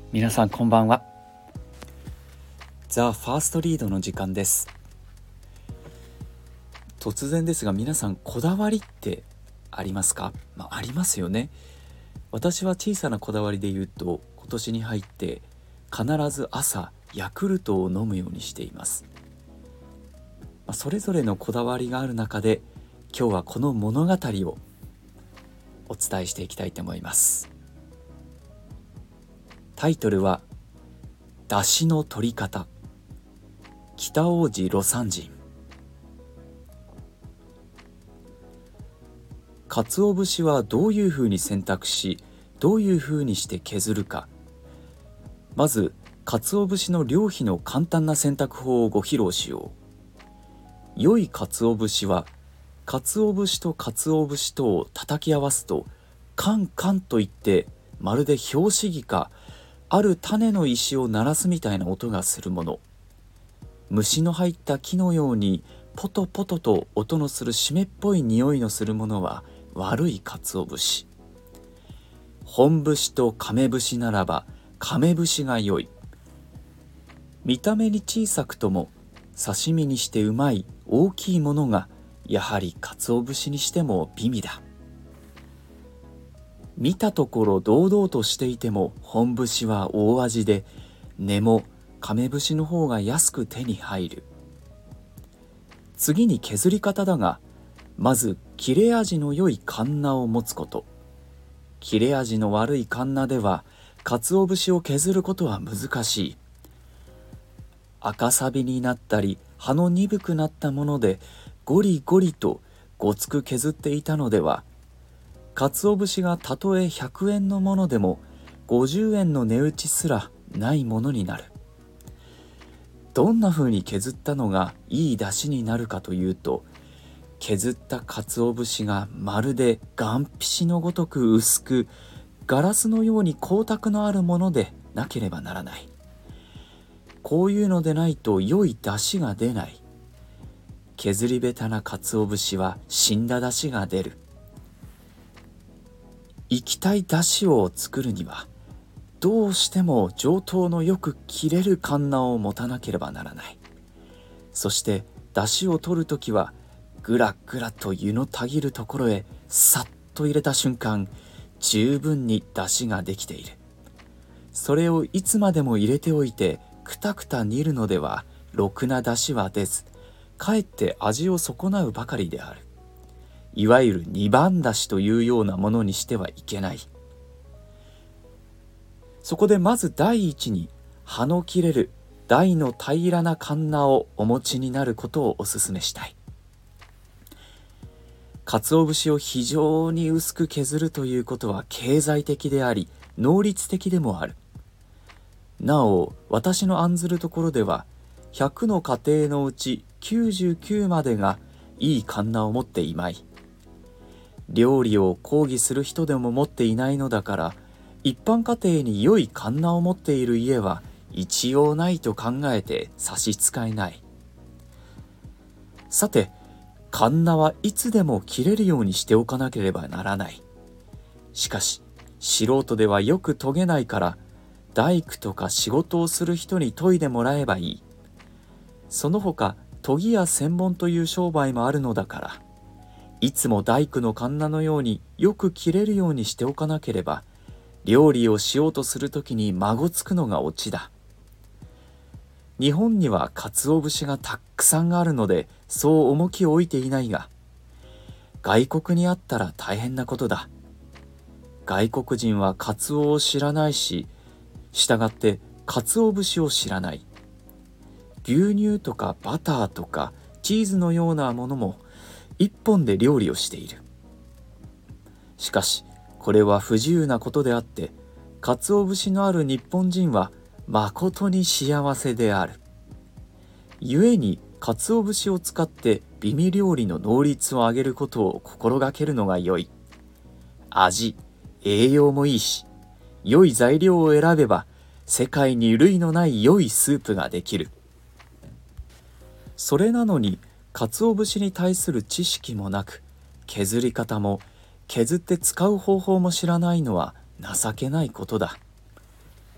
皆さんこんばんは。ザ・ファーストリードの時間です。突然ですが、皆さんこだわりってありますか？ありますよね。私は小さなこだわりで言うと、今年に入って必ず朝ヤクルトを飲むようにしています。それぞれのこだわりがある中で、今日はこの物語をお伝えしていきたいと思います。タイトルは出汁の取り方、北王子魯山人。鰹節はどういうふうに選択し、どういうふうにして削るか。まず鰹節の両比の簡単な選択法をご披露しよう。良い鰹節は鰹節と鰹節とを叩き合わすとカンカンといって、まるで拍子木かある種の石を鳴らすみたいな音がするもの。虫の入った木のようにポトポトと音のする湿っぽい匂いのするものは悪い鰹節。本節と亀節ならば亀節が良い。見た目に小さくとも刺身にしてうまい大きいものがやはり鰹節にしても美味だ。見たところ堂々としていても本節は大味で、値も亀節の方が安く手に入る。次に削り方だが、まず切れ味の良いカンナを持つこと。切れ味の悪いカンナでは鰹節を削ることは難しい。赤さびになったり葉の鈍くなったものでゴリゴリとごつく削っていたのでは、鰹節がたとえ100円のものでも50円の値打ちすらないものになる。どんな風に削ったのがいい出汁になるかというと、削った鰹節がまるで岩皮紙のごとく薄く、ガラスのように光沢のあるものでなければならない。こういうのでないと良い出汁が出ない。削り下手な鰹節は死んだ出汁が出る。生きたい出汁を作るには、どうしても上等のよく切れるカンナを持たなければならない。そして出汁を取るときは、ぐらぐらと湯のたぎるところへさっと入れた瞬間、十分に出汁ができている。それをいつまでも入れておいてくたくた煮るのでは、ろくな出汁は出ず、かえって味を損なうばかりである。いわゆる二番出汁というようなものにしてはいけない。そこでまず第一に、葉の切れる大の平らなカンナをお持ちになることをお勧めしたい。鰹節を非常に薄く削るということは経済的であり能率的でもある。なお私の案ずるところでは、100の家庭のうち99までがいいカンナを持っていまい。料理を講義する人でも持っていないのだから、一般家庭に良いカンナを持っている家は一応ないと考えて差し支えない。さて、カンナはいつでも切れるようにしておかなければならない。しかし素人ではよく研げないから、大工とか仕事をする人に研いでもらえばいい。その他研ぎ屋専門という商売もあるのだから、いつも大工のカンナのようによく切れるようにしておかなければ、料理をしようとするときに孫つくのがオチだ。日本には鰹節がたくさんあるのでそう重きを置いていないが、外国にあったら大変なことだ。外国人は鰹を知らないし、したがって鰹節を知らない。牛乳とかバターとかチーズのようなものも一本で料理をしている。しかしこれは不自由なことであって、鰹節のある日本人はまことに幸せである。故に鰹節を使って美味料理の能率を上げることを心がけるのが良い。味、栄養もいいし、良い材料を選べば世界に類のない良いスープができる。それなのに鰹節に対する知識もなく、削り方も削って使う方法も知らないのは情けないことだ。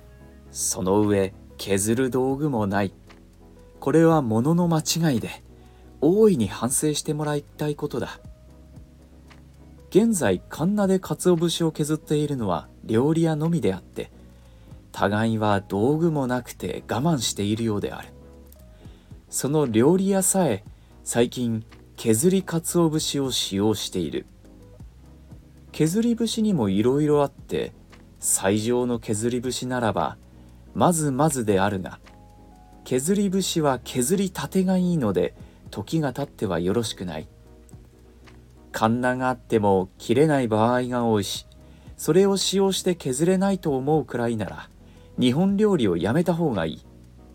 その上削る道具もない。これは物の間違いで、大いに反省してもらいたいことだ。現在カンナで鰹節を削っているのは料理屋のみであって、互いは道具もなくて我慢しているようである。その料理屋さえ最近削り鰹節を使用している。削り節にもいろいろあって、最上の削り節ならばまずまずであるが、削り節は削りたてがいいので時が経ってはよろしくない。カンナがあっても切れない場合が多いし、それを使用して削れないと思うくらいなら日本料理をやめた方がいい。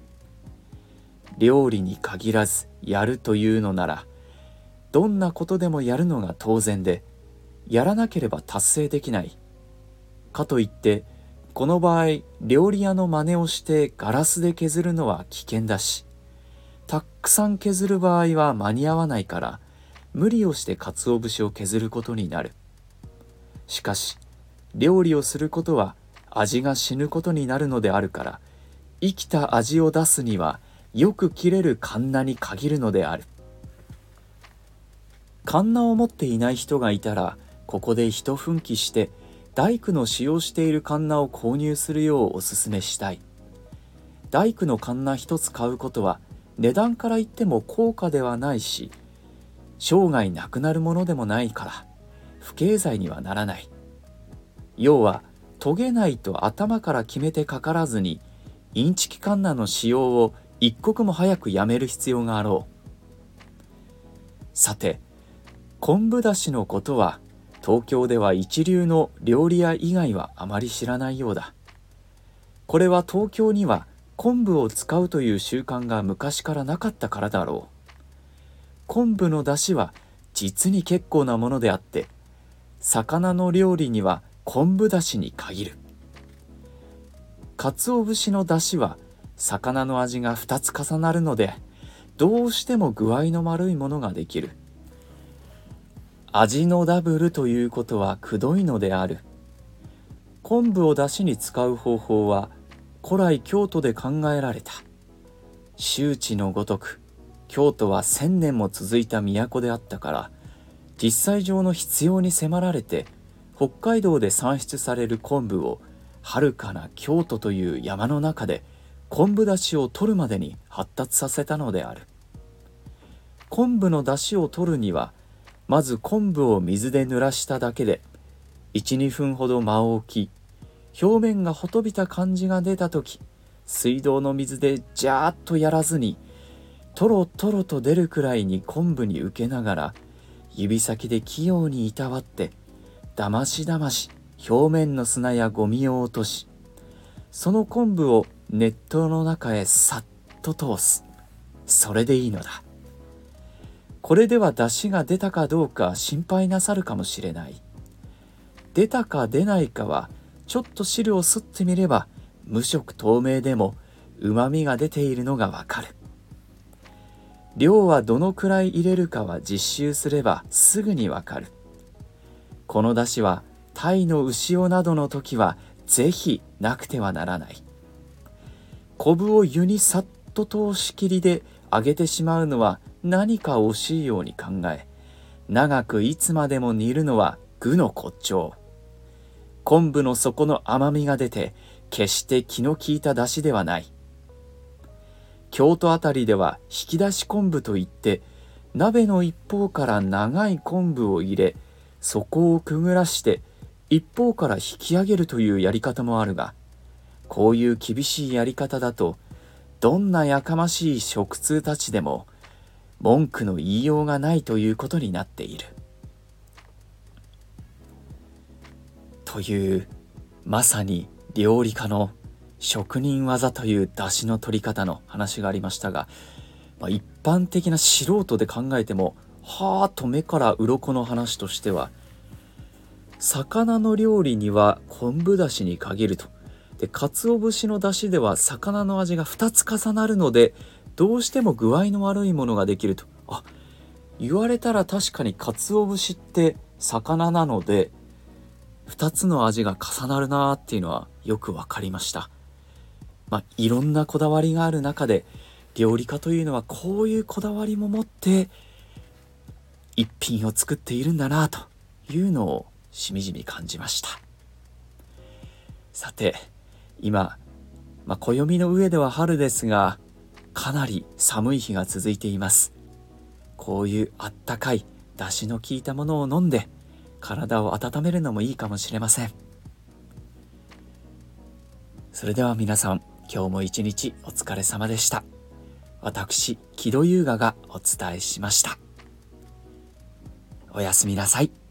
料理に限らずやるというのなら、どんなことでもやるのが当然で、やらなければ達成できない。かといってこの場合料理屋の真似をしてガラスで削るのは危険だし、たくさん削る場合は間に合わないから無理をして鰹節を削ることになる。しかし料理をすることは味が死ぬことになるのであるから、生きた味を出すにはよく切れるカンナに限るのである。カンナを持っていない人がいたら、ここで一奮起して大工の使用しているカンナを購入するようお勧めしたい。大工のカンナ一つ買うことは値段から言っても高価ではないし、生涯なくなるものでもないから不経済にはならない。要は研げないと頭から決めてかからずに、インチキカンナの使用を一刻も早くやめる必要があろう。さて、昆布だしのことは東京では一流の料理屋以外はあまり知らないようだ。これは東京には昆布を使うという習慣が昔からなかったからだろう。昆布の出汁は実に結構なものであって、魚の料理には昆布出汁に限る。鰹節の出汁は魚の味が2つ重なるので、どうしても具合の悪いものができる。味のダブルということはくどいのである。昆布を出汁に使う方法は古来京都で考えられた。周知のごとく、京都は1000年も続いた都であったから、実際上の必要に迫られて北海道で産出される昆布を遥かな京都という山の中で昆布だしを取るまでに発達させたのである。昆布のだしを取るには、まず昆布を水で濡らしただけで 1,2 分ほど間を置き、表面がほとびた感じが出たとき、水道の水でジャーッとやらずに、トロトロと出るくらいに昆布に受けながら、指先で器用にいたわってだましだまし表面の砂やゴミを落とし、その昆布を熱湯の中へさっと通す。それでいいのだ。これでは出汁が出たかどうか心配なさるかもしれない。出たか出ないかはちょっと汁を吸ってみれば無色透明でもうまみが出ているのがわかる。量はどのくらい入れるかは実習すればすぐにわかる。この出汁は鯛の牛尾などの時はぜひなくてはならない。昆布を湯にさっと通し切りで揚げてしまうのは何か惜しいように考え、長くいつまでも煮るのは愚の骨頂。昆布の底の甘みが出て、決して気の利いた出汁ではない。京都あたりでは引き出し昆布といって、鍋の一方から長い昆布を入れ、底をくぐらして一方から引き上げるというやり方もあるが、こういう厳しいやり方だと、どんなやかましい食通たちでも文句の言いようがないということになっている。という、まさに料理家の職人技という出汁の取り方の話がありましたが、一般的な素人で考えてもはーと目から鱗の話としては、魚の料理には昆布だしに限ると。で、鰹節の出汁では魚の味が2つ重なるので、どうしても具合の悪いものができると。言われたら確かに鰹節って魚なので2つの味が重なるなーっていうのはよくわかりました。 いろんなこだわりがある中で、料理家というのはこういうこだわりも持って一品を作っているんだなというのをしみじみ感じました。さて今、暦の上では春ですが、かなり寒い日が続いています。こういうあったかい出汁の効いたものを飲んで体を温めるのもいいかもしれません。それでは皆さん、今日も一日お疲れ様でした。私、木戸優雅がお伝えしました。おやすみなさい。